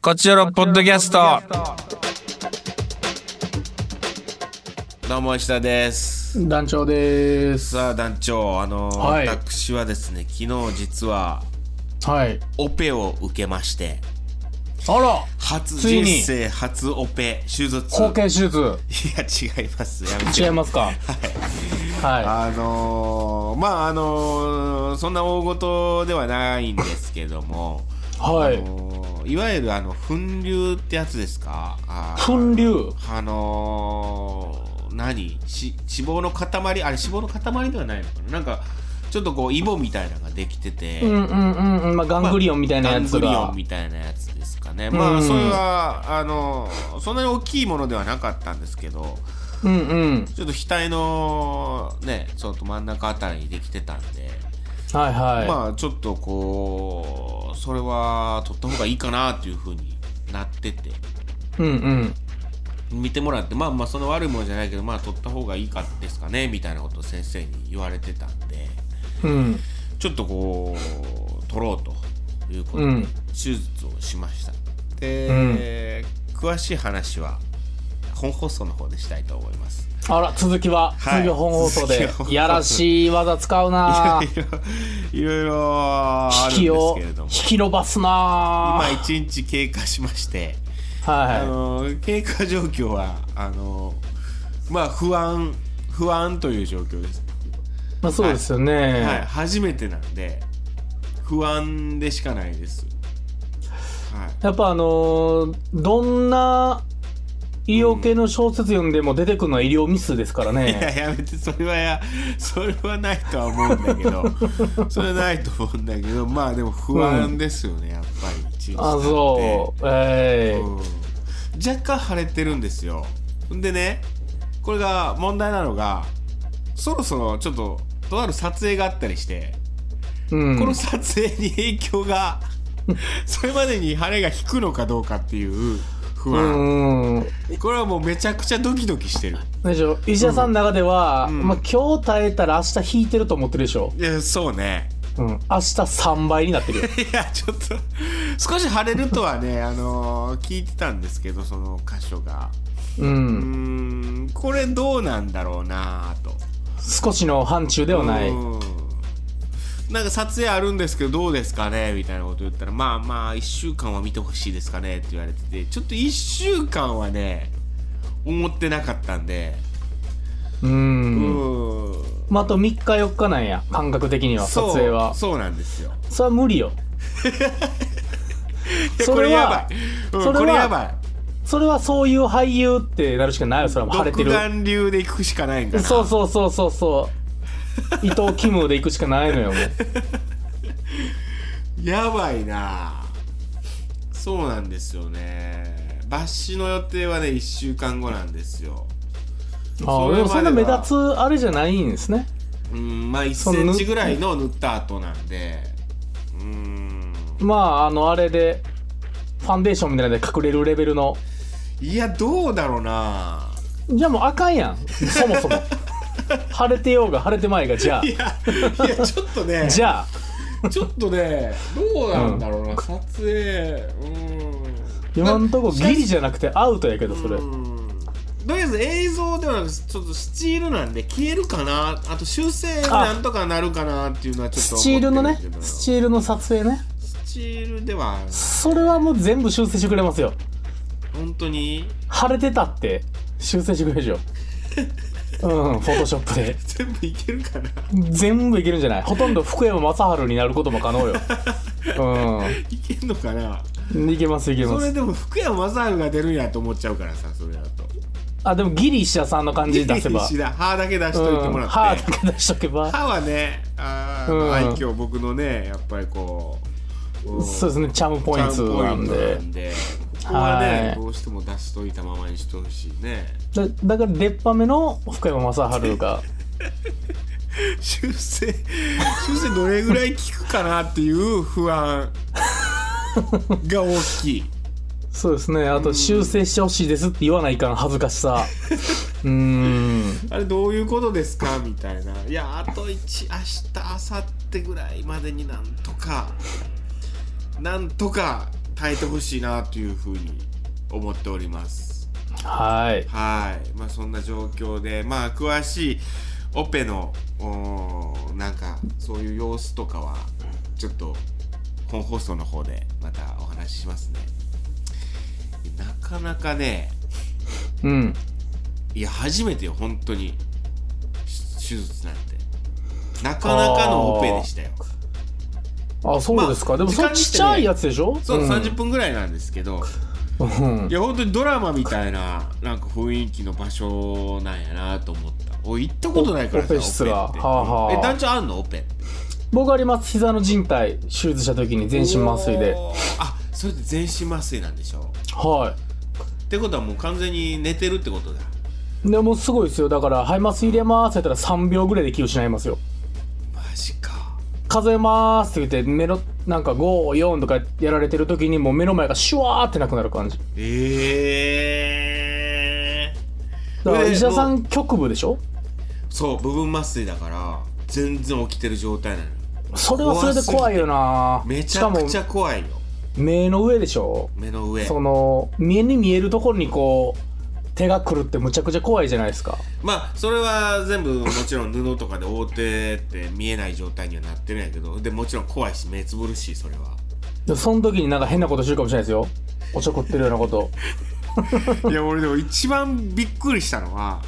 こちらのポッドキャスト。どうも石田です。 団長です。 さあ団長、はい、私はですね、昨日実はオペを受けまして、 あら、 人生初オペ手術。 包茎手術。いや違います。 違いますか。 はい。そんな大事ではないんですけども、 はい。 いわゆる粉瘤ってやつですか。 粉瘤。 脂肪の塊、あれ脂肪の塊ではないのかな。なんかちょっとこうイボみたいなのができてて、 まあガングリオンみたいなやつが、 ガングリオンみたいなやつですかね。まあそれはそんなに大きいものではなかったんですけど、ちょっと額のね、ちょっと真ん中あたりにできてたんで、まあちょっとこうそれは取った方がいいかなっていう風になってて、見てもらって、まあその悪いものじゃないけど、まあ取った方がいいかですかねみたいなことを先生に言われてたんで、ちょっとこう取ろうということで手術をしました。で、詳しい話は本放送の方でしたいと思います。 あら、続きは本放送で。やらしい技使うな。 いろいろあるんですけれども、 引き伸ばすな。 今1日経過しまして、経過状況はまあ不安という状況です。 まあそうですよね。 初めてなんで不安でしかないです。 やっぱどんな医療系の小説読んでも出てくるのは医療ミスですからね。 いやめて、それはないとは思うんだけどそれはないと思うんだけど、まあでも不安ですよね、やっぱり。 あ、そう、 若干腫れてるんですよ。でね、これが問題なのが、そろそろちょっととある撮影があったりして、この撮影に影響がそれまでに腫れが引くのかどうかっていう不安。これはもうめちゃくちゃドキドキしてるでしょ。医者さんの中では、まあ、今日耐えたら明日引いてると思ってるでしょ。 いや、そうね。 明日3倍になってるよ。 いや、ちょっと少し腫れるとはね、聞いてたんですけど、その箇所がこれどうなんだろうなと。 少しの範疇ではない。 なんか撮影あるんですけどどうですかねみたいなこと言ったら、まあ1週間は見てほしいですかねって言われてて、ちょっと1週間はね思ってなかったんで、 まあ、あと3日4日なんや、感覚的には。撮影はそうなんですよ。 それは無理よ。 これやばい。これやばい。 それはそういう俳優ってなるしかないよ。それはもう晴れてる。 独眼流で行くしかないんかな。 そう伊藤キムで行くしかないのよ、もう。 やばいな。そうなんですよね。抜歯の予定はね1週間後なんですよ。 でもそんな目立つあれじゃないんですね。 まあ1センチぐらいの塗った後なんで、 まああれでファンデーションみたいなので隠れるレベルの。 いや、どうだろうな。 じゃあもうあかんやん、そもそも。晴れてようが晴れてまいが、じゃあ。いやちょっとね。 じゃあちょっとね、どうなんだろうな、撮影。 今んとこギリじゃなくてアウトやけど、それ。 とりあえず映像ではなく、ちょっとスチールなんで消えるかな、あと修正なんとかなるかなっていうのはちょっと思ってるけど。 スチールのね、スチールの撮影ね。 スチールではそれはもう全部修正してくれますよ。 本当に晴れてたって修正してくれるでしょ。フォトショップで全部いけるかな。 全部いけるんじゃない。ほとんど福山雅治になることも可能よ。 いけんのかな。 いけます。それでも福山雅治が出るんやと思っちゃうからさ、それだと。 でもギリ石田さんの感じ出せば、 歯だけ出しといてもらって、 歯だけ出しとけば。 歯はね、愛嬌、僕のね、やっぱりこう、 そうですね、チャームポイントなんで、 ここはね、どうしても出しといたままにしてほしいね。 だから出っ歯目の福山雅治が修正どれぐらい効くかなっていう不安が大きい。 そうですね。あと修正してほしいですって言わないかん恥ずかしさ。 あれどういうことですかみたいな。いや、あと明日明後日ぐらいまでになんとか耐えてほしいなというふうに思っております。 はい。 まあそんな状況で、まあ詳しいオペのなんかそういう様子とかはちょっと本放送の方でまたお話ししますね。なかなかね、いや初めてよ本当に手術なんてなかなかのオペでしたよ。 そうですか。まあ、でもそっちっちゃいやつでしょ。 そう、30分ぐらいなんですけど、いや本当にドラマみたいななんか雰囲気の場所なんやなと思った。行ったことないからさ、 オペ室が。 団長あんのオペ？ 僕あります。膝の靭帯手術した時に全身麻酔で。 それで全身麻酔なんでしょ。ってことはもう完全に寝てるってことだ。 でもすごいですよ。だから肺麻酔入れますって言ったら3秒ぐらいで気を失いますよ。 マジか。 数えますって言って目のなんか5、4とかやられてる時にもう目の前がシュワーってなくなる感じ。だから医者さん局部でしょ。 そう部分麻酔だから全然起きてる状態なの。 それはそれで怖いよな。 めちゃくちゃ怖いよ。 目の上でしょ。 目の上。 その目に見えるところにこう手が来るってむちゃくちゃ怖いじゃないですか。 まあそれは全部もちろん布とかで覆ってって見えない状態にはなってるんやけど、でもちろん怖いし目つぶるし、それはでその時になんか変なことするかもしれないですよ。おちょこってるようなこといや俺でも一番びっくりしたのは、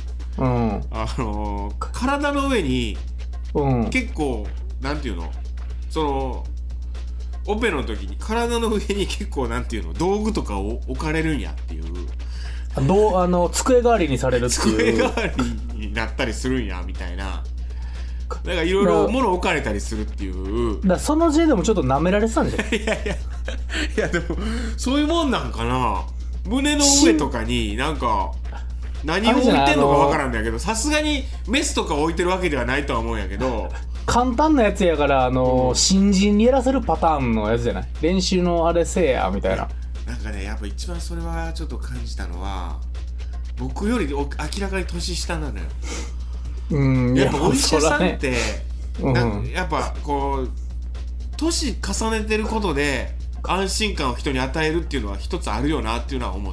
体の上に、結構なんていうの、そのオペの時に体の上に結構なんていうの道具とかを置かれるんやっていう、 机代わりにされるっていう、 机代わりになったりするんやみたいな、なんかいろいろ物置かれたりするっていう。 だその時点でもちょっと舐められてたんじゃない？ いやでもそういうもんなんかな。胸の上とかになんか何を置いてんのかわからんだけど、さすがにメスとか置いてるわけではないとは思うんやけど簡単なやつやから新人にやらせるパターンのやつじゃない？練習のあれせえやみたいな。 なんかね、やっぱ一番それはちょっと感じたのは、僕より明らかに年下なのよ。やっぱお医者さんって、やっぱこう年重ねてることで安心感を人に与えるっていうのは一つあるよなっていうのは思った。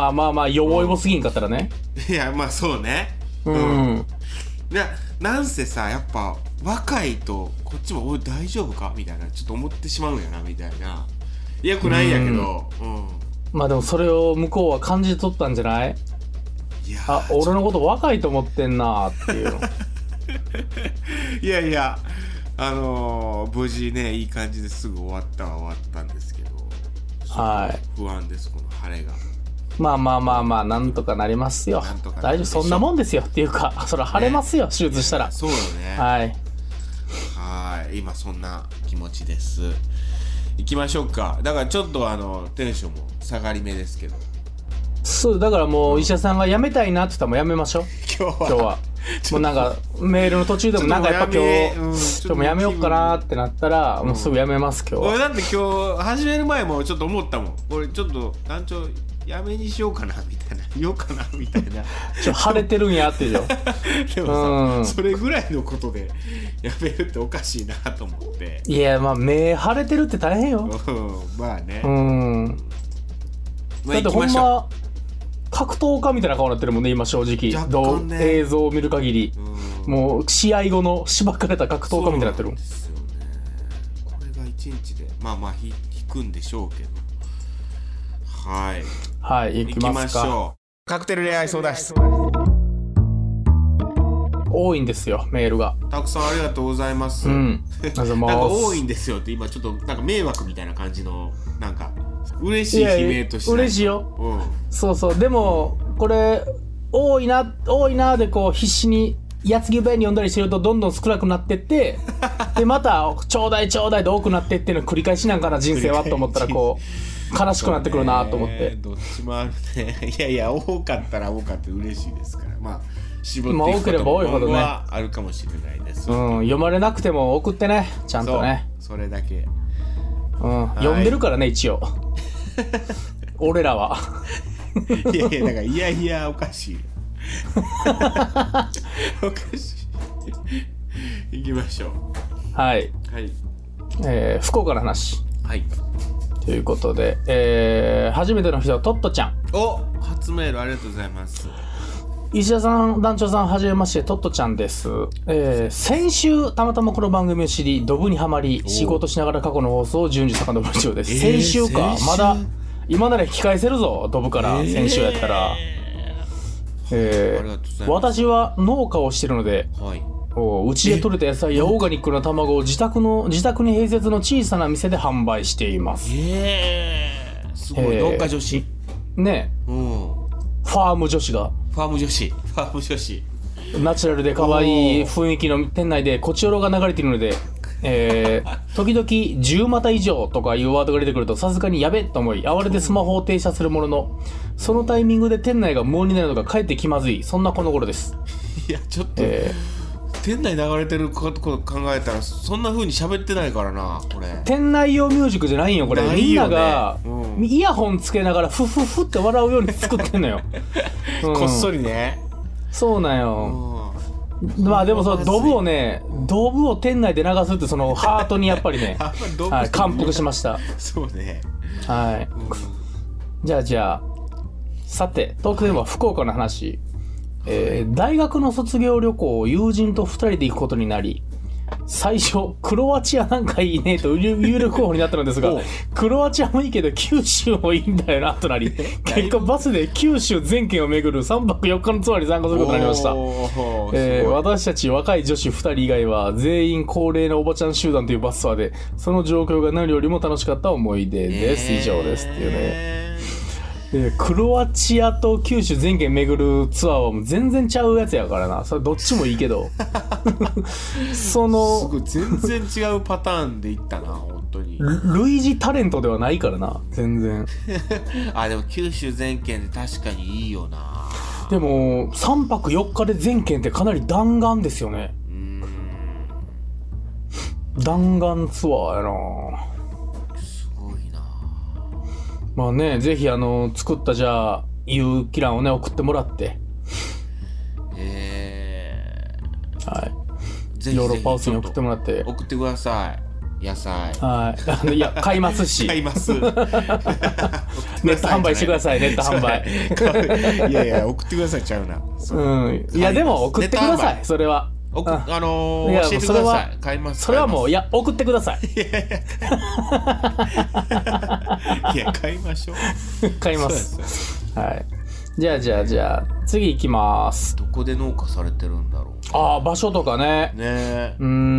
まあ弱いもすぎんかったらね。 いやまあそうね。いやなんせさ、やっぱ若いとこっちも大丈夫かみたいなちょっと思ってしまうんやなみたいな。よくないんやけど、 まあでもそれを向こうは感じ取ったんじゃない？俺のこと若いと思ってんなっていうのいやいや無事ねいい感じですぐ終わったんですけど、不安です、この晴れが。 まあなんとかなりますよ。大丈夫、そんなもんですよっていうか、それは晴れますよ、手術したら。 そうよね。今そんな気持ちです。行きましょうか。だからちょっとテンションも下がり目ですけど。 そうだからもう医者さんが辞めたいなって言ったらもう辞めましょう。今日はもうなんかメールの途中でもなんかやっぱ今日ちょっともう辞めようかなってなったらもうすぐ辞めます。今日は。 俺だって今日始める前もちょっと思ったもん。俺ちょっと団長やめにしようかなみたいな、言おうかなみたいな。 晴れてるんやってでもさ、それぐらいのことでやめるっておかしいなと思って。 いやまあ目腫れてるって大変よ。 まあね。 だってほんま格闘家みたいな顔になってるもんね今正直。映像を見る限りもう試合後のしばかれた格闘家みたいになってるもん。 ですよね。これが1日でまあ引くんでしょうけど。 行きましょう。カクテル恋愛相談室。 多いんですよメールが。 たくさんありがとうございます。なんか多いんですよって今ちょっとなんか迷惑みたいな感じのなんか嬉しい悲鳴として。 嬉しいよ。そうでもこれ多いなでこう必死に矢継ぎ早に読んだりしてるとどんどん少なくなってってでまたちょうだいで多くなってっていうのを繰り返しなんかな人生はと思ったらこう悲しくなってくるなと思って。 どっちもあるね。いや多かったら多かった嬉しいですから、まあ絞っていくことも今後はあるかもしれないです。 読まれなくても送ってね、ちゃんとね。 それだけ。 読んでるからね一応。俺らは。 いやだからいやおかしい。おかしい。行きましょう。 福岡の話。 ということで、初めての人はトットちゃん。 お、初メールありがとうございます。 石田さん、団長さん、はじめまして、トットちゃんです。先週、たまたまこの番組を知り、ドブにはまり、仕事しながら過去の放送を順次遡る中です。先週か、まだ、今なら引き返せるぞ、ドブから、先週やったら。私は農家をしているので、はい、うちで採れた野菜やオーガニックな卵を自宅に併設の小さな店で販売しています。 すごい、農家女子。 ねえ、ファーム女子が。 ファーム女子。 ナチュラルで可愛い雰囲気の店内でコチョロが流れているので、時々10股以上とかいうワードが出てくるとさすがにやべっと思い慌ててスマホを停車するものの、そのタイミングで店内が無音になるのがかえって気まずい、そんなこの頃です。 いやちょっと、店内流れてること考えたらそんな風に喋ってないからな、これ店内用ミュージックじゃないんよこれ、ね、みんなが、イヤホンつけながらフフフって笑うように作ってんのよ、 こっそりね。 そうなんよ、まあでもそのドブを店内で流すってそのハートにやっぱりねはい、感服しました。 そうね、 はい、じゃあさてトークテーマは福岡の話。大学の卒業旅行を友人と2人で行くことになり、最初クロアチアなんかいいねと有力候補になったのですが、クロアチアもいいけど九州もいいんだよなとなり、結果バスで九州全県を巡る3泊4日のツアーに参加することになりました。私たち若い女子2人以外は全員高齢なおばちゃん集団というバスツアーで、その状況が何よりも楽しかった思い出です。以上ですっていうね。クロアチアと九州全県巡るツアーはもう全然ちゃうやつやからな。それどっちもいいけどそのすごい全然違うパターンでいったな本当に。 類似タレントではないからな全然あ、でも九州全県で確かにいいよな。 でも3泊4日で全県ってかなり弾丸ですよね。弾丸ツアーやな。まあね、ぜひ作ったじゃあ有機欄をね送ってもらって、はい、ぜひヨーロッパハウスに送ってもらって送ってください野菜。 はいいや買いますし買いますネット販売してください。ネット販売いやいや送ってくださいちゃうな。 いやでも送ってください。それは教えてください。買います。それはもう送ってください。 いや買いましょう。 買います。はい。じゃあ次行きます。 どこで農家されてるんだろう。 ああ場所とかね。 ね。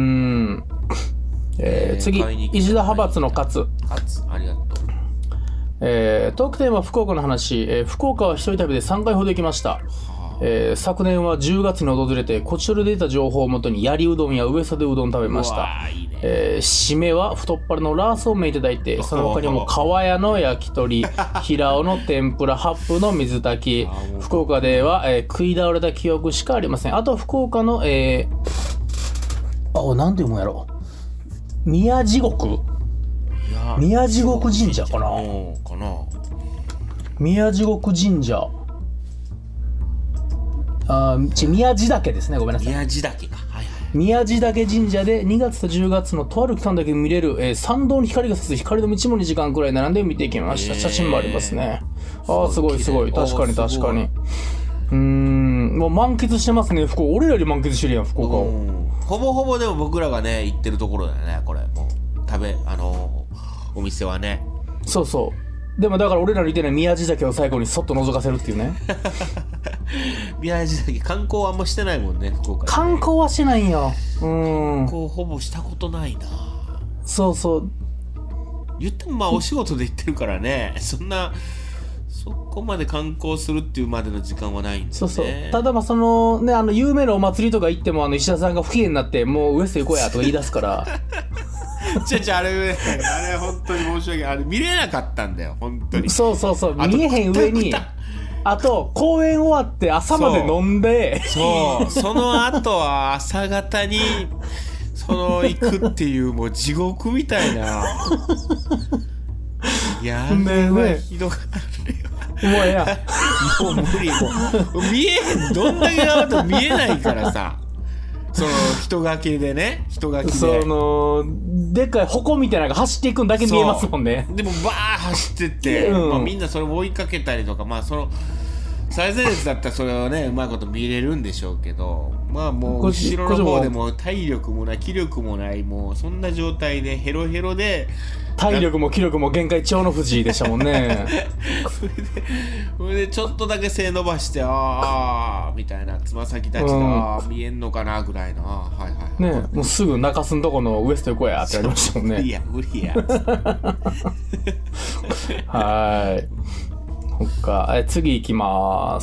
次石田派閥の勝。 ありがとう。 トークテーマは福岡の話。福岡は一人旅で3回ほど行きました。昨年は10月に訪れてこちらで出た情報をもとにやりうどんや上袖うどん食べました。締めは太っ腹のラーソーメンいただいて、その他にも川屋の焼き鳥平尾の天ぷら八風の水炊き。福岡では、食い倒れた記憶しかありません。あと福岡のなんていうもんやろ、宮地獄神社かな。宮地獄神社、宮地岳ですね。ごめんなさい。 宮地岳か。 宮地岳神社で2月と10月のとある期間だけ見れる、参道に光が差す光の道も2時間くらい並んで見てきました。写真もありますね。すごい確かにもう満喫してますね福岡。俺らより満喫してるやん福岡を。 ほぼほぼでも僕らがね行ってるところだよねこれ。もうお店はね。 そうでもだから俺らの言ってない宮地岳を最後にそっと覗かせるっていうね宮地岳観光はあんましてないもんね福岡、ね、 観光はしてないんよ。 観光ほぼしたことないな。 そう言ってもまあお仕事で行ってるからねそこまで観光するっていうまでの時間はないんですね。ただまあ有名なお祭りとか行っても石田さんが不機嫌になってもうウエスト行こうやとか言い出すからあれ本当に申し訳ない。あれ見れなかったんだよ本当に。 そう見えへん上にあと公演終わって朝まで飲んでその後は朝方に行くっていうもう地獄みたいな。いやねひどかったよ。もう無理見えへん。どんだけ頑張っても見えないからさその人垣でね、人垣ででっかい矛みたいなのが走っていくんだけ見えますもんね。 でもバー走ってって、まあ、みんなそれを追いかけたりとか、まあその最前列だったらそれをねうまいこと見れるんでしょうけど、まあもう後ろの方でも体力もない気力もない、もうそんな状態でヘロヘロで、 体力も気力も限界超の富士でしたもんね。 それでちょっとだけ背伸ばしてあみたいな、つま先立ちが見えんのかなぐらいの、はいはいね、もうすぐ中洲のとこのウエスト行こうやってやりましたもんね。 いや無理や。 はい。他次行きます。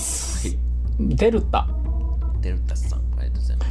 はい、デルタさん、ありがとうございます。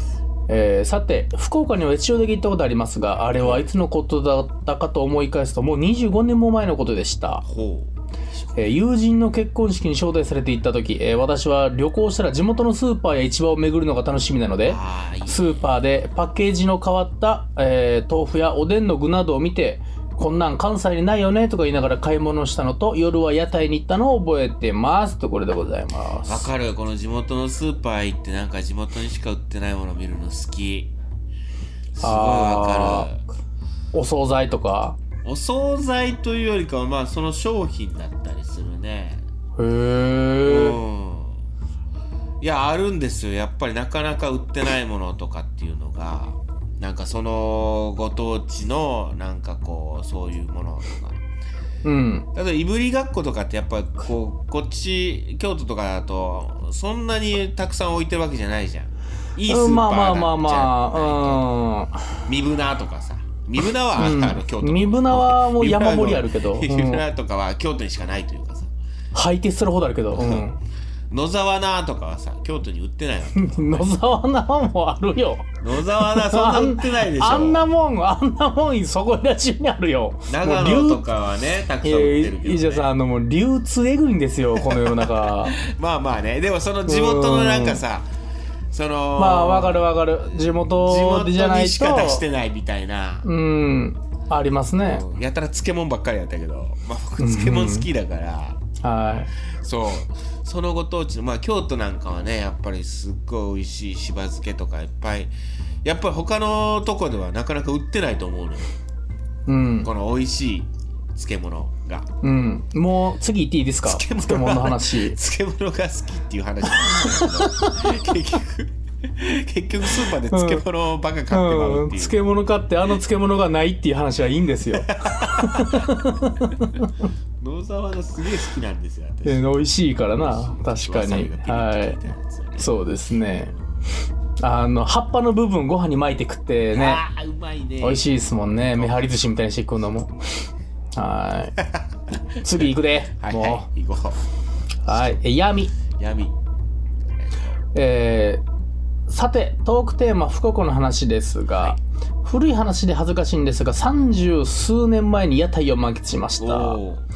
さて、福岡には一応だけ行ったことありますが、あれはいつのことだったかと思い返すともう25年も前のことでした。友人の結婚式に招待されて行った時、私は旅行したら地元のスーパーや市場を巡るのが楽しみなので、スーパーでパッケージの変わった、豆腐やおでんの具などを見て、こんなん関西にないよねとか言いながら買い物したのと、夜は屋台に行ったのを覚えてますと、これでございます。 わかる。この地元のスーパー行ってなんか地元にしか売ってないもの見るの好き。すごいわかる。 お惣菜とか、 お惣菜というよりかはまあその商品だったりするね。 へー、 いやあるんですよ。やっぱりなかなか売ってないものとかっていうのが、なんかそのご当地のなんかこうそういうものとか、例えばいぶりがっことかってやっぱこっち京都とかだとそんなにたくさん置いてるわけじゃないじゃん。いいスーパーだじゃん。三船とかさ、三船は、京都、 三船はもう山盛りあるけど、 三船とかは京都にしかないというかさ、 廃鉄するほどあるけど、 野沢菜とかはさ京都に売ってないわけ。 野沢菜もあるよ。 野沢菜そんな売ってないでしょ。 あんなもんそこら中にあるよ。 長野とかはねたくさん売ってるけど、ね、 伊者さんもう流通えぐいんですよこの世の中。 まあまあね、でもその地元のなんかさ、そのまあわかる地元じゃないとしか出してないみたいな、 ありますね。 やたら漬物ばっかりやったけど、まあ僕漬物好きだから、 はい。 そのご当地の、まあ京都なんかはねやっぱりすっごい美味しいしば漬けとかいっぱい、やっぱり他のとこではなかなか売ってないと思うのよ、この美味しい漬物が。 もう次行っていいですか。漬物の話。 漬物が好きっていう話なんですけど結局スーパーで漬物ばっか買ってまうっていう、 漬物買って漬物がないっていう話はいいんですよ。 野沢のすげえ好きなんですよ。 美味しいからな、確かに。はい、そうですね。葉っぱの部分ご飯に巻いて食ってね、 うまいね、 美味しいですもんね。めはり寿司みたいにして食うのも。はい。次行くで。もう行こう。はい。闇。さてトークテーマ福岡の話ですが、古い話で恥ずかしいんですが30数年前に屋台を満喫しました。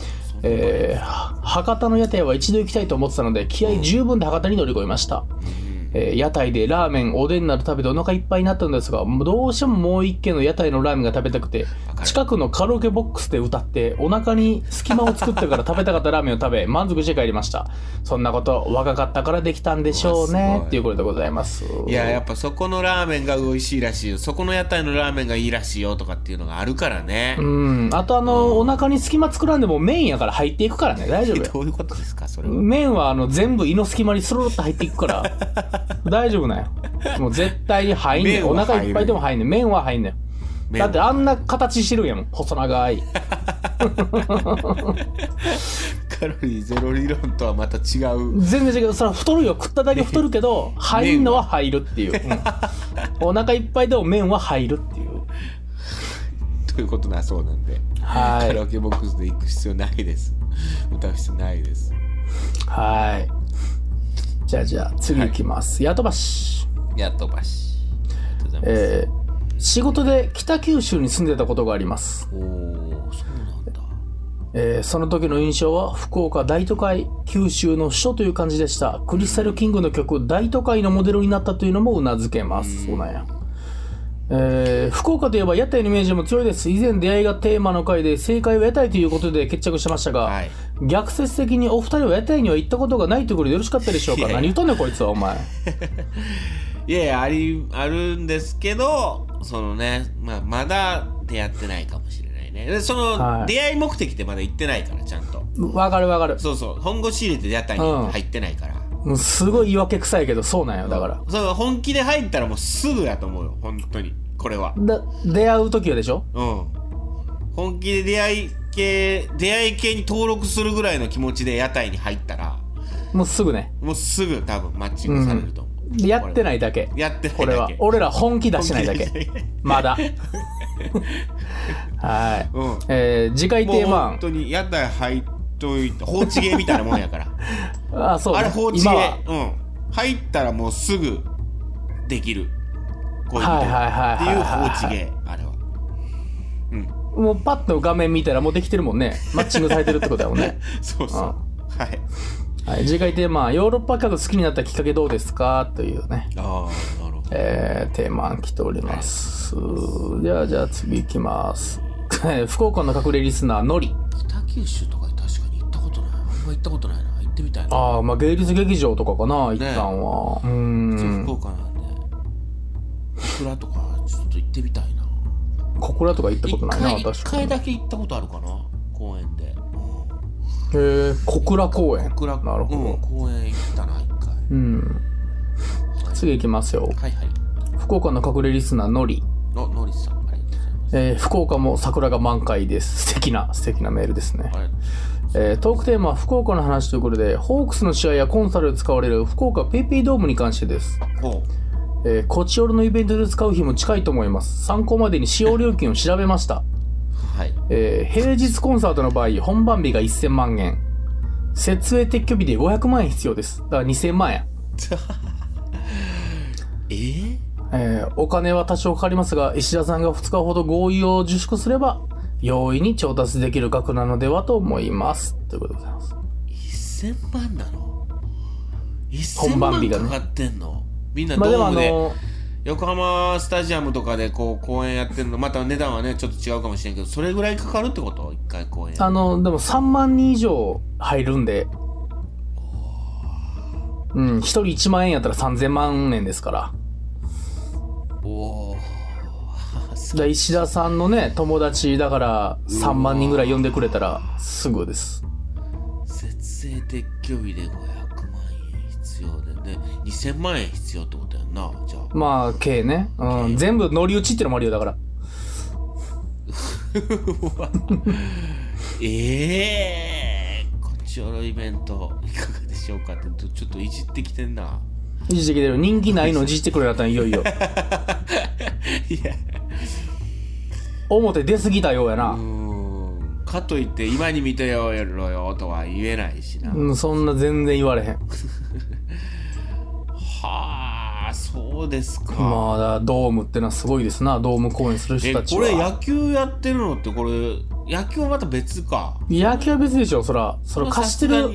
博多の屋台は一度行きたいと思ってたので気合十分で博多に乗り越えました。屋台でラーメンおでんなど食べてお腹いっぱいになったんですが、どうしてももう一軒の屋台のラーメンが食べたくて、近くのカラオケボックスで歌ってお腹に隙間を作ってから食べたかったラーメンを食べ満足して帰りました。そんなこと若かったからできたんでしょうねっていうことでございます。 いややっぱそこのラーメンが美味しいらしいよ、そこの屋台のラーメンがいいらしいよとかっていうのがあるからね。 あとお腹に隙間作らんでも麺やから入っていくからね、大丈夫よ。 どういうことですかそれは。 麺は全部胃の隙間にスロッと入っていくから大丈夫なんよ。もう絶対に入んねん。お腹いっぱいでも入んねん。麺は入んねん。だってあんな形してるんやもん、細長い。 カロリーゼロ理論とはまた違う。 全然違う。それは太るよ、食っただけ太るけど入んのは入るっていう、お腹いっぱいでも麺は入るっていうということなそうなんで、カラオケボックスで行く必要ないです。歌う必要ないです。 はい。じゃあ次行きます。やとばし。 ありがとうございます。 仕事で北九州に住んでたことがあります。 そうなんだ。 その時の印象は福岡大都会、九州の首都という感じでした。クリスタルキングの曲大都会のモデルになったというのもうなずけます。そうなんや。福岡といえば屋台のイメージも強いです。以前出会いがテーマの回で正解は屋台ということで決着しましたが、逆説的にお二人は屋台には行ったことがないということでよろしかったでしょうか。何言うとんねんこいつはお前。 いやいや、あるんですけど、そのね、まだ出会ってないかもしれないね。でその、出会い目的ってまだ行ってないから、ちゃんと。 わかるわかる。 そうそう。本腰入れて屋台に入ってないから。 もうすごい言い訳臭いけど、そうなんよ、だから。 そう、本気で入ったらもうすぐやと思うよ、本当に。これは。 出会う時はでしょ？ うん。本気で出会い系に登録するぐらいの気持ちで屋台に入ったら、 もうすぐね。 もうすぐ多分マッチングされると思う。 やってないだけ。 やってないだけ。 これは。俺ら本気出してないだけ。まだ。はい。次回テーマ。 もう本当に屋台入っといて、放置芸みたいなもんやから。 あ、そうね。 あれ放置芸。入ったらもうすぐできる。恋人っていう放置芸。あれは。 もうパッと画面見たらもうできてるもんね。マッチングされてるってことだもんね。 そうそう。はい。 はい、次回テーマ、ヨーロッパ客好きになったきっかけどうですかというね。 ああ、なるほど。 テーマ来ております。じゃあ次行きます。福岡の隠れリスナー、のり。 北九州とか確かに行ったことない。あんま行ったことないな。行ってみたいな。 ああ、まあ芸術劇場とかかな、一旦は。 福岡なんで。小倉とかちょっと行ってみたいな。 小倉とか行ったことないな、確かに。 一回だけ行ったことあるかな、公園で。 小倉公園。 なるほど。公園行ったな、一回。 次行きますよ。 はいはい。 福岡の隠れリスナー、のり。 のりさん、ありがとうございます。 福岡も桜が満開です。素敵なメールですね。トークテーマは福岡の話ということで、ホークスの試合やコンサルで使われる福岡ペイペイドームに関してです。コチオロのイベントで使う日も近いと思います。参考までに使用料金を調べました。はい。平日コンサートの場合、本番日が1000万円。設営撤去日で500万円必要です。だから2000万円。お金は多少かかりますが、石田さんが2日ほど合意を自粛すれば、容易に調達できる額なのではと思います。ということでございます。 1000万なの？ 1000 万かかってんの？みんなドームで、横浜スタジアムとかでこう公演やってるの、また値段はねちょっと違うかもしれんけど、それぐらいかかるってこと？1回公演。でも3万人以上入るんで、1人1万円やったら3000万円ですから。石田さんのね友達だから3万人ぐらい呼んでくれたらすぐです。 設営撤去日で500万円必要でね、2000万円必要ってことやんな。じゃあまあ計ね、全部乗り打ちってのもあるよ。だからこっちおろイベントいかがでしょうかってちょっといじってきてんな。 いじってきてる。人気ないのいじってくれたらいよいよいや表出過ぎたようやな。 かといって今に見てよとは言えないしな。 そんな全然言われへん。 はあ、そうですか。 まあドームってのはすごいですな。ドーム公演する人たちは。 これ野球やってるのって、これ野球はまた別か。 野球は別でしょ。そら貸してる。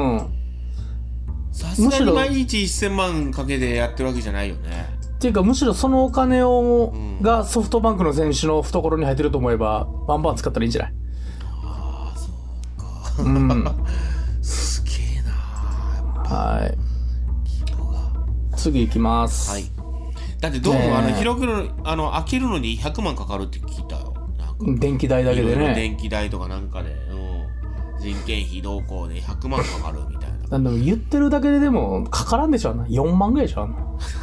さすがに毎日1000万かけてやってるわけじゃないよね。 っていうかむしろそのお金がソフトバンクの選手の懐に入ってると思えばバンバン使ったらいいんじゃない？ ああ、そうか。すげえな。 はい。次行きます。 はい。だってどうも広く開けるのに100万かかるって聞いたよ。 電気代だけでね。 電気代とかなんかで、人件費同行で100万かかるみたいな。 でも言ってるだけででもかからんでしょ。4万ぐらいでしょ。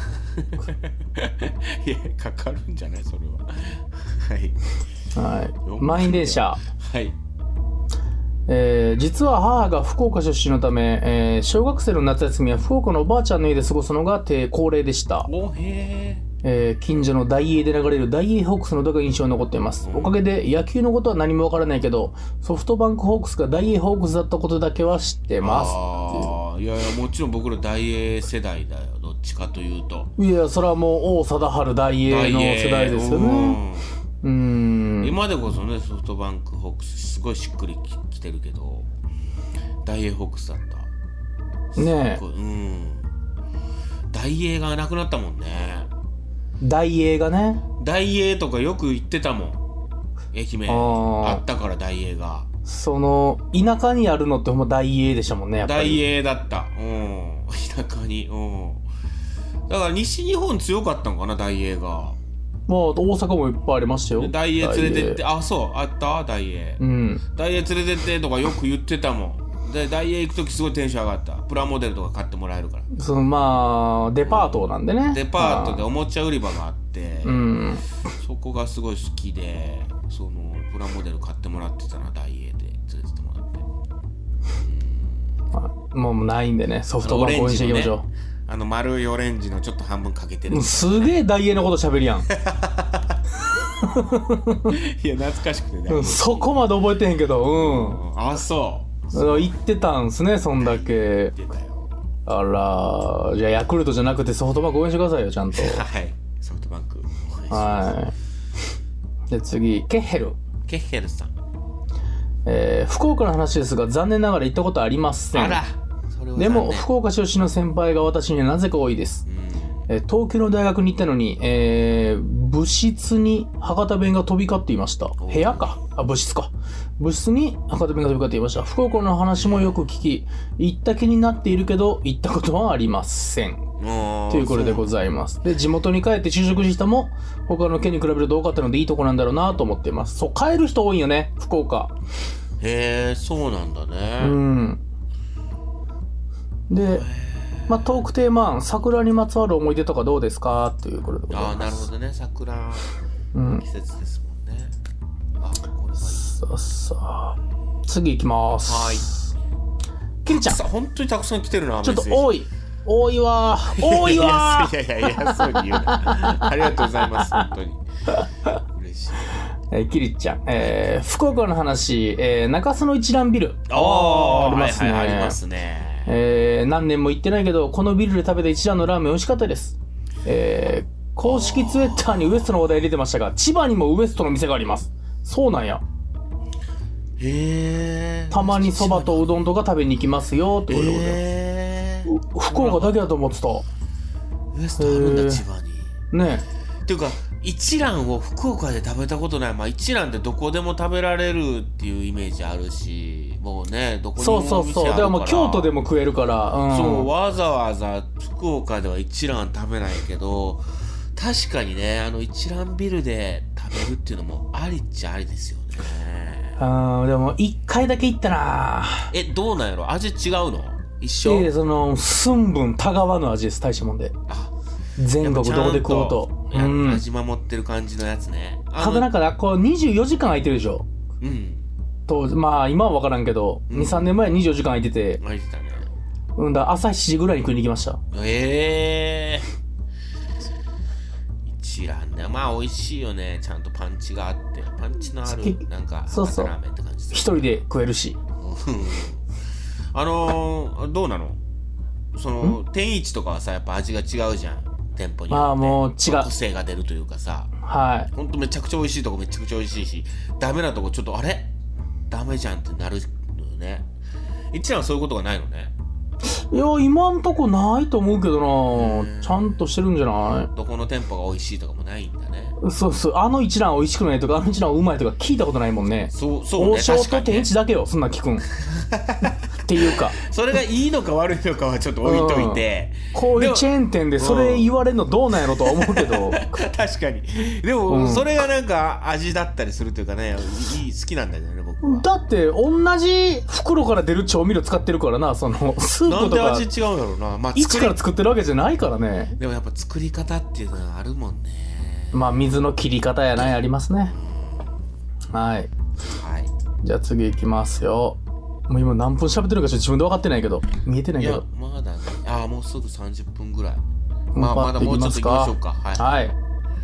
いや、かかるんじゃないそれは。 はい。満員電車。 はい。 実は母が福岡出身のため、小学生の夏休みは福岡のおばあちゃんの家で過ごすのが恒例でした。近所の大英で流れる大英ホークスの歌が印象に残っています。おかげで野球のことは何もわからないけど、ソフトバンクホークスが大英ホークスだったことだけは知ってます。 いやもちろん僕ら大英世代だよ。どっちかというと。 いや、それはもう王貞治大英の世代ですよね。 今でこそね、ソフトバンクホークスすごいしっくりきてるけど、大英ホークスだったね。 大英がなくなったもんね。 大英がね。 大英とかよく言ってたもん。愛媛あったから大英が。 田舎にあるのってほんま大英でしたもんね。やっぱり大英だった。田舎に。 だから西日本強かったんかな、大英が。 大阪もいっぱいありましたよ。 大英連れてって、あ、そう、あった、大英。大英連れてってとかよく言ってたもん。で、大英行くときすごいテンション上がった。プラモデルとか買ってもらえるから。 デパートなんでね。 デパートでおもちゃ売り場があって、そこがすごい好きで、プラモデル買ってもらってたな、大英で連れてってもらって。 もうないんでね、ソフトバンク応援していきましょう。 丸いオレンジのちょっと半分かけてる。 すげえダイエーのこと喋るやん。いや、懐かしくてね。 そこまで覚えてへんけど、 あ、そう。 言ってたんすね、そんだけ。 言ってたよ。 あら、じゃあヤクルトじゃなくてソフトバンク応援してくださいよ、ちゃんと。 はい、ソフトバンク。 はい。で、次、ケッヘルさん。 福岡の話ですが、残念ながら行ったことありません。 あら。 でも福岡出身の先輩が私にはなぜか多いです、東京の大学に行ったのに、部室に博多弁が飛び交っていました。部屋か、部室か。部室に博多弁が飛び交っていました。福岡の話もよく聞き、行った気になっているけど行ったことはありませんということでございます。で、地元に帰って就職したも他の県に比べると多かったのでいいとこなんだろうなと思っています。そう、帰る人多いよね、福岡。 へえ、そうなんだね。 で、トークテーマ、桜にまつわる思い出とかどうですかということでございます。 なるほどね、桜、季節ですもんね。これはいい。 さあ、次行きます。 はい。 キリちゃん。 本当にたくさん来てるな、 ちょっと多いわいや、そうに言うな。ありがとうございます、本当に。嬉しい。 キリちゃん、福岡の話、中洲の一蘭ビル。 ありますね。ありますね。 何年も行ってないけど、このビルで食べた一蘭のラーメン美味しかったです。公式ツイッターにウエストの話題入れてましたが、千葉にもウエストの店があります。そうなんや。たまにそばとうどんとか食べに行きますよってことでございます。福岡だけだと思ってた。 ウエストあるんだ、千葉に。 ねえ。っていうか、一蘭を福岡で食べたことない。一蘭ってどこでも食べられるっていうイメージあるし、もうね、どこにもお店あるから。 そう。でも京都でも食えるから、 そう、わざわざ福岡では一蘭食べないけど、確かにね、一蘭ビルで食べるっていうのもありっちゃありですよね。 でも一回だけ行ったな。 どうなんやろ、味違うの？一緒？ 寸分たがわぬ味です、大したもんで。全国どこで食おうと。 味守ってる感じのやつね。 ただなんかこう24時間空いてるでしょ。と今は分からんけど、2、3年前24時間空いてて。 空いてたね。 朝7時ぐらいに食いに行きました。 一蘭ね、美味しいよね。ちゃんとパンチがあって、パンチのあるなんかそうラーメンって感じです。 一人で食えるし。 どうなの？天一とかはさ、やっぱ味が違うじゃん。店舗によって。 もう違う。 個性が出るというかさ。 はい。 ほんとめちゃくちゃ美味しいとこめちゃくちゃ美味しいし、ダメなとこちょっとあれ？ダメじゃんってなるのよね。一蘭はそういうことがないのね。 いや、今んとこないと思うけどな。ちゃんとしてるんじゃない？ どこの店舗が美味しいとかもないんだね。 そう。一蘭美味しくないとか、うまいとか聞いたことないもんね。 そうね。 王将と天一だけよ、そんな聞くん。っていうか。 それがいいのか悪いのかはちょっと置いといて。 こういうチェーン店でそれ言われるのどうなんやろとは思うけど。 確かに。でも、それがなんか味だったりするというかね、好きなんだよね、僕は。 だって、同じ袋から出る調味料使ってるからな、スープとか。 なんで味違うんだろうな。 一から作ってるわけじゃないからね。 でもやっぱ作り方っていうのはあるもんね。 水の切り方やないありますね。はい。じゃあ次行きますよ。もう今何分喋ってるか自分で分かってないけど、見えてないけど。 いや、まだね。もうすぐ30分ぐらい。まだもうちょっと行きましょうか。 はい。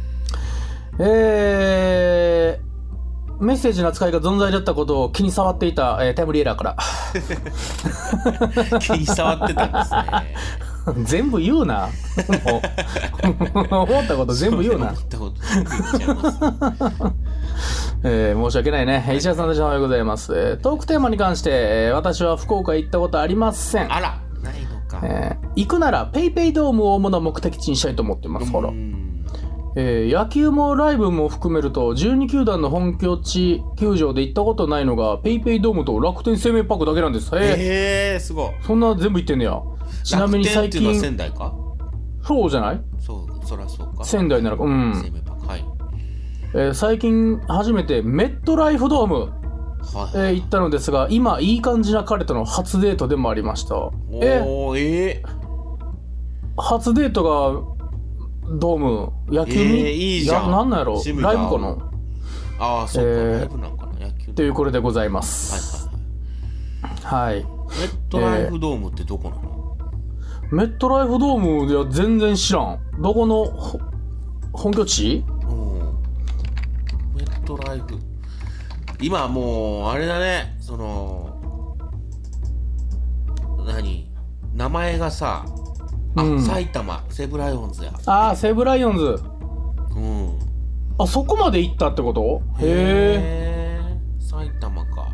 メッセージの扱いが存在だったことを気に障っていた、タイムリーエラーから。 気に障ってたんですね。 全部言うな。もう思ったこと全部言うな。 思ったこと全部言っちゃいます。 申し訳ないね。石田さんたちおはようございます。トークテーマに関して、私は福岡行ったことありません。 あら、ないのか。 行くならペイペイドームを主な目的地にしたいと思ってます。ほら。野球もライブも含めると12球団の本拠地球場で行ったことないのがペイペイドームと楽天生命パークだけなんです。 すごい。 そんな全部行ってんねや。ちなみに最近楽天っていうのは仙台か？ そうじゃない？ そらそうか。 仙台なのか。 生命パーク、はい。 最近初めてメットライフドーム、行ったのですが、今いい感じな彼との初デートでもありました。初デートがドーム、野球いいじゃん。 なんなんやろ、ライブかな。 ああ、そうか、ライブなんかな、野球。 というこれでございます。はい。 メットライフドームってどこなの？ メットライフドームでは全然知らん。どこの本拠地？ メットライフ。今もうあれだね、名前がさ、埼玉西武ライオンズや。 西武ライオンズ。そこまで行ったってこと？へえ。 埼玉か。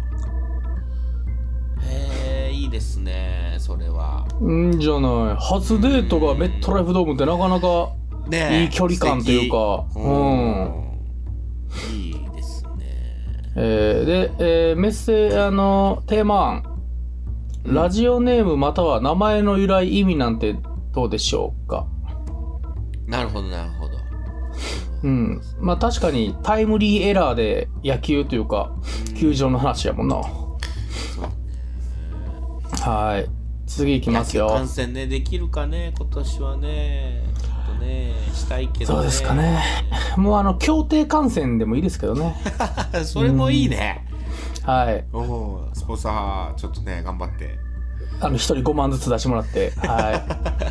いいですね、それは。 じゃない。初デートがメットライフドームってなかなかいい距離感というか。 いいですね。 で、メッセテーマ案、ラジオネームまたは名前の由来意味なんてどうでしょうか。 なるほどなるほど。 まあ確かにタイムリーエラーで野球というか球場の話やもんな。はい、次いきますよ。 野球観戦ね、できるかね今年はね。したいけどね。 そうですかね。もう協定観戦でもいいですけどね。 それもいいね。 はい。 スポンサーちょっとね頑張って。 1人5万ずつ出してもらって、はい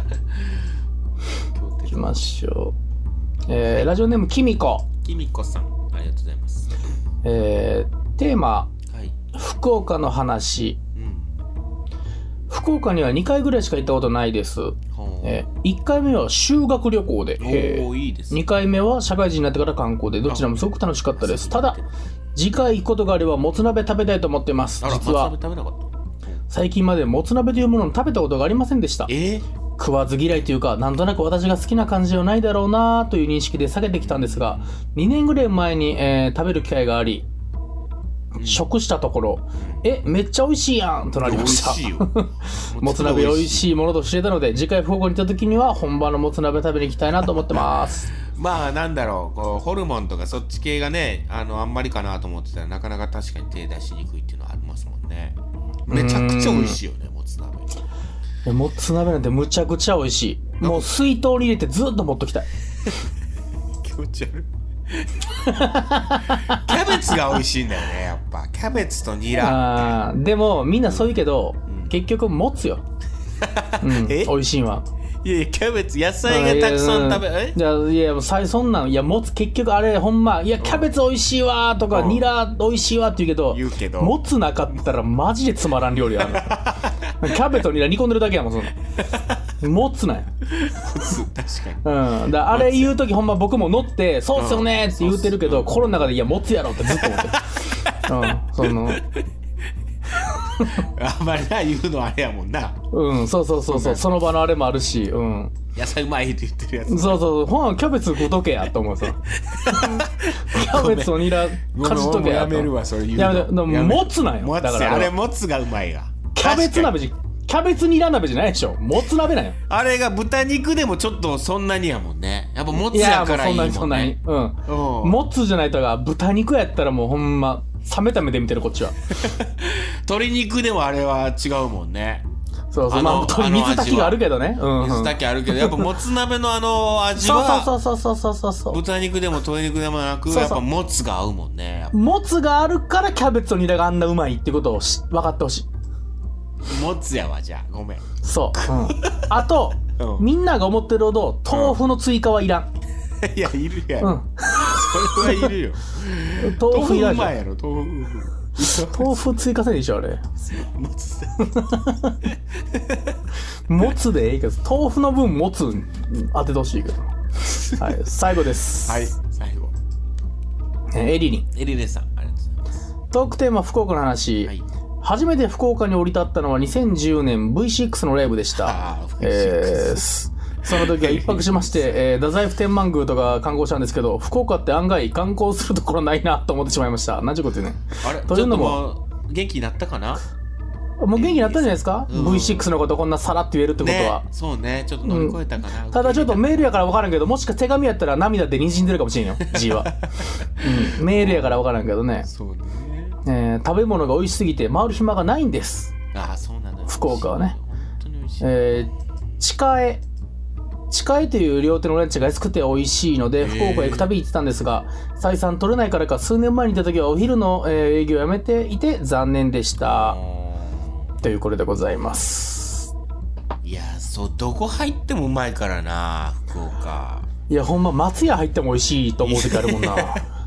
。行きましょう。ラジオネームきみこさん、ありがとうございます。 テーマ、福岡の話。福岡には2回ぐらいしか行ったことないです。1回目は修学旅行で、 いいですね。 2回目は社会人になってから観光で、どちらもすごく楽しかったです。ただ次回行くことがあればもつ鍋食べたいと思ってます。実は最近までもつ鍋というものを食べたことがありませんでした。食わず嫌いというか、なんとなく私が好きな感じではないだろうなという認識で避けてきたんですが、2年ぐらい前に、食べる機会があり、食したところ、めっちゃ美味しいやんとなりました。もつ鍋美味しいものと知れたので、次回福岡に行った時には本場のもつ鍋食べに行きたいなと思ってます。 まあなんだろう、ホルモンとかそっち系がね、あんまりかなと思ってたら、なかなか確かに手出しにくいっていうのはありますもんね。めちゃくちゃ美味しいよね、もつ鍋。 もつ鍋なんてむちゃくちゃ美味しい。もう水筒に入れてずっと持っときたい。 気持ち悪い。キャベツが美味しいんだよね、やっぱ。キャベツとニラ。 でもみんなそう言うけど、結局もつよ。美味しいわ。 いやキャベツ、野菜がたくさん食べ、 いやそんなん、もつ結局あれほんま、いやキャベツ美味しいわとか、ニラ美味しいわって言うけど、もつなかったらマジでつまらん料理ある。キャベツとニラ煮込んでるだけやもん、そんな。もつなんや。 確かに。 あれ言うときほんま僕も乗ってそうっすよねって言うてるけど、心の中でいやもつやろってずっと思ってる。 あんまりな言うのあれやもんな。 そうその場のあれもあるし、 野菜うまいって言ってるやつ。 ほんキャベツ食うとけやと思うさ。キャベツとニラかじっとけやと。 やめるわそれ言うの。 もつなんよ。 だからあれもつがうまいが。 キャベツ鍋キャベツニラ鍋じゃないでしょ。もつ鍋なんよ。 あれが豚肉でもちょっとそんなにやもんね。やっぱもつやからいいもんね。 そんなに。もつじゃないとか、豚肉やったらもうほんま冷めた目で見てるこっちは。 鶏肉でもあれは違うもんね。 まあ水炊きがあるけどね。 水炊きあるけど、やっぱもつ鍋の味はそう豚肉でも鶏肉でもなく、やっぱもつが合うもんね。 もつがあるからキャベツとニラがあんなうまいってことを分かってほしい。 もつやわ、じゃあごめん。 あと、みんなが思ってるほど豆腐の追加はいらん。 いやいるやん。それはいるよ。 豆腐いらんじゃん。 豆腐うまいやろ、 豆腐追加せんでしょあれ。もつでいいけど、豆腐の分もつ当ててほしいけど。はい、最後です。 はい、最後。 エリリンさん、ありがとうございます。 トークテーマ福岡の話。初めて福岡に降り立ったのは2010年 V6 のライブでした。その時は一泊しまして、太宰府天満宮とか観光したんですけど、福岡って案外観光するところないなと思ってしまいました。何ちゅうこと言うねん。 あれというのも元気になったかな。 もう元気になったんじゃないですか、V6 のことこんなさらって言えるってことは、 ね、そうね、ちょっと乗り越えたかな、 ただちょっとメールやから分からんけど、もしか手紙やったら涙で滲んでるかもしれんよG は、メールやから分からんけどね。 そうね、 食べ物が美味しすぎて回る暇がないんです。 そうなんだ、 福岡はね。 本当に美味しい。 地下絵という両手のランチが安くて美味しいので、福岡へ行くたび行ってたんですが、採算取れないからか数年前に行った時はお昼の営業をやめていて残念でした。というこれでございます。 いや、そうどこ入ってもうまいからな福岡。 いやほんま松屋入っても美味しいと思う時あるもんな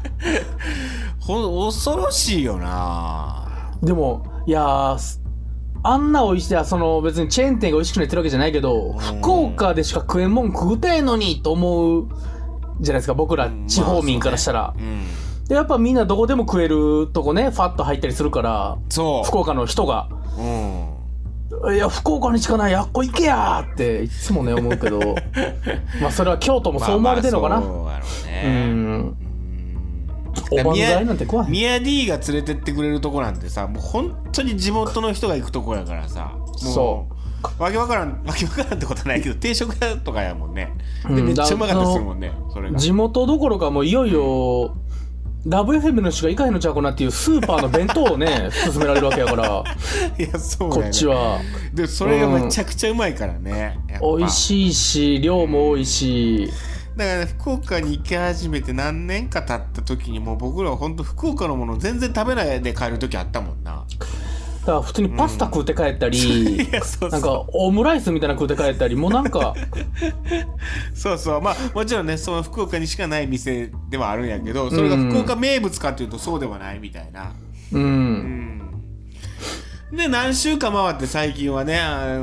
恐ろしいよな。 でもいやあんな美味しい、その別にチェーン店が美味しくなってるわけじゃないけど、福岡でしか食えんもん食うてんのにと思うじゃないですか、僕ら地方民からしたら、でやっぱみんなどこでも食えるとこねファッと入ったりするから、福岡の人が、いや福岡にしかないあっこ行けやっていつもね思うけどまあそれは京都もそう思われてるのかな。そうやろうね。おばんざいなんて怖い。 ミヤ D が連れてってくれるとこなんてさ、もう本当に地元の人が行くとこやからさ、もうわけわからんってことはないけど定食屋とかやもんね。でめっちゃうまかったりするもんね。それが地元どころかもういよいよラブ FM の人が行かへんのちゃうかなっていうスーパーの弁当をね勧められるわけやからいやそうね、 こっちはでそれがめちゃくちゃうまいからね、 美味しいし量も多いし、 だから、ね、福岡に行き始めて何年か経った時にもう僕らは本当福岡のもの全然食べないで帰る時あったもんな。 だから普通にパスタ食うて帰ったり、なんかオムライスみたいな食うて帰ったり、もうなんかそうそう、まあもちろんねその福岡にしかない店ではあるんやけど、それが福岡名物かっていうとそうではないみたいな。で何週間回って最近はね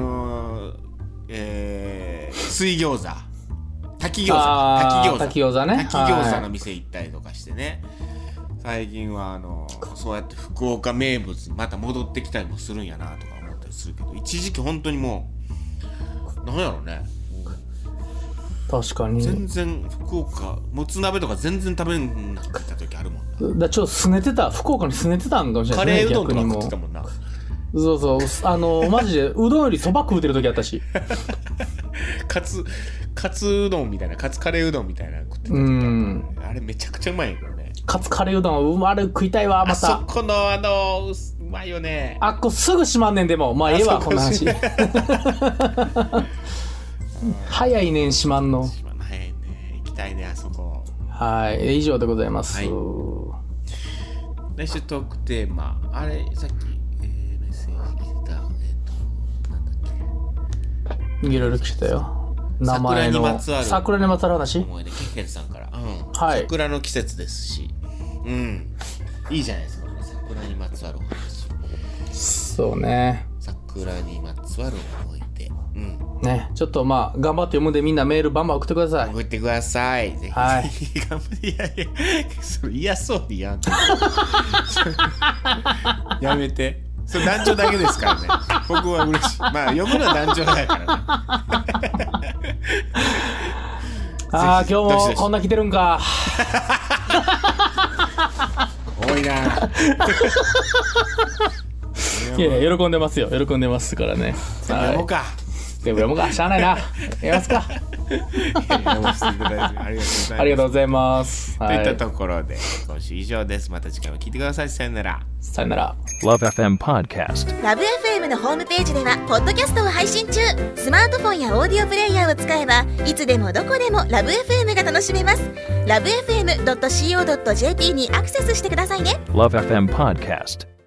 水餃子炊き餃子ね、炊き餃子の店行ったりとかしてね、最近はそうやって福岡名物また戻ってきたりもするんやなとか思ったりするけど、一時期本当にもうなんやろね、 確かに全然福岡もつ鍋とか全然食べんなってた時あるもんな。 ちょっとすねてた、福岡にすねてたんかもしれないですね。 カレーうどんとか食ってたもんな。 そうそうマジでうどんよりそば食うてる時あったしカツうどんみたいな、カツカレーうどんみたいな食ってた時あれめちゃくちゃうまいよね。 カツカレーうどんあれ食いたいわ。またあそこのうまいよね。 あっこすぐ閉まんねん。でもまあええわこんな話早いねん閉まんの。 早いね、行きたいねあそこ。 はい、以上でございます。はい、 来週トークテーマ、あれさっき、メッセージ来てたなんだっけ、 いろいろ来てたよ。名前の桜にまつわる話。 思い出ケケンさんから、 はい、 桜の季節ですし、いいじゃないですか、桜にまつわるお話。 そうね、 桜にまつわる思い出、 ね、ちょっとまあ頑張って読むんでみんなメールバンバン送ってください。 送ってください。ぜひ、 はい、 頑張って。いやそれ嫌そうにやんやめて。それ団長だけですからね。僕は嬉しい。まあ読むのは団長だからね。 今日もこんな来てるんか。 多いな。 いや喜んでますよ。喜んでますからね。 読もうか。 読もうか。しゃあないな。やりますか。ありがとうございます。 といったところで今週以上です。また次回も聞いてください。さよなら。 さよなら。 LoveFM Podcast。LoveFM のホームページではポッドキャストを配信中。スマートフォンやオーディオプレイヤーを使えばいつでもどこでも LoveFM が楽しめます。LoveFM.co.jp にアクセスしてくださいね。 LoveFM Podcast。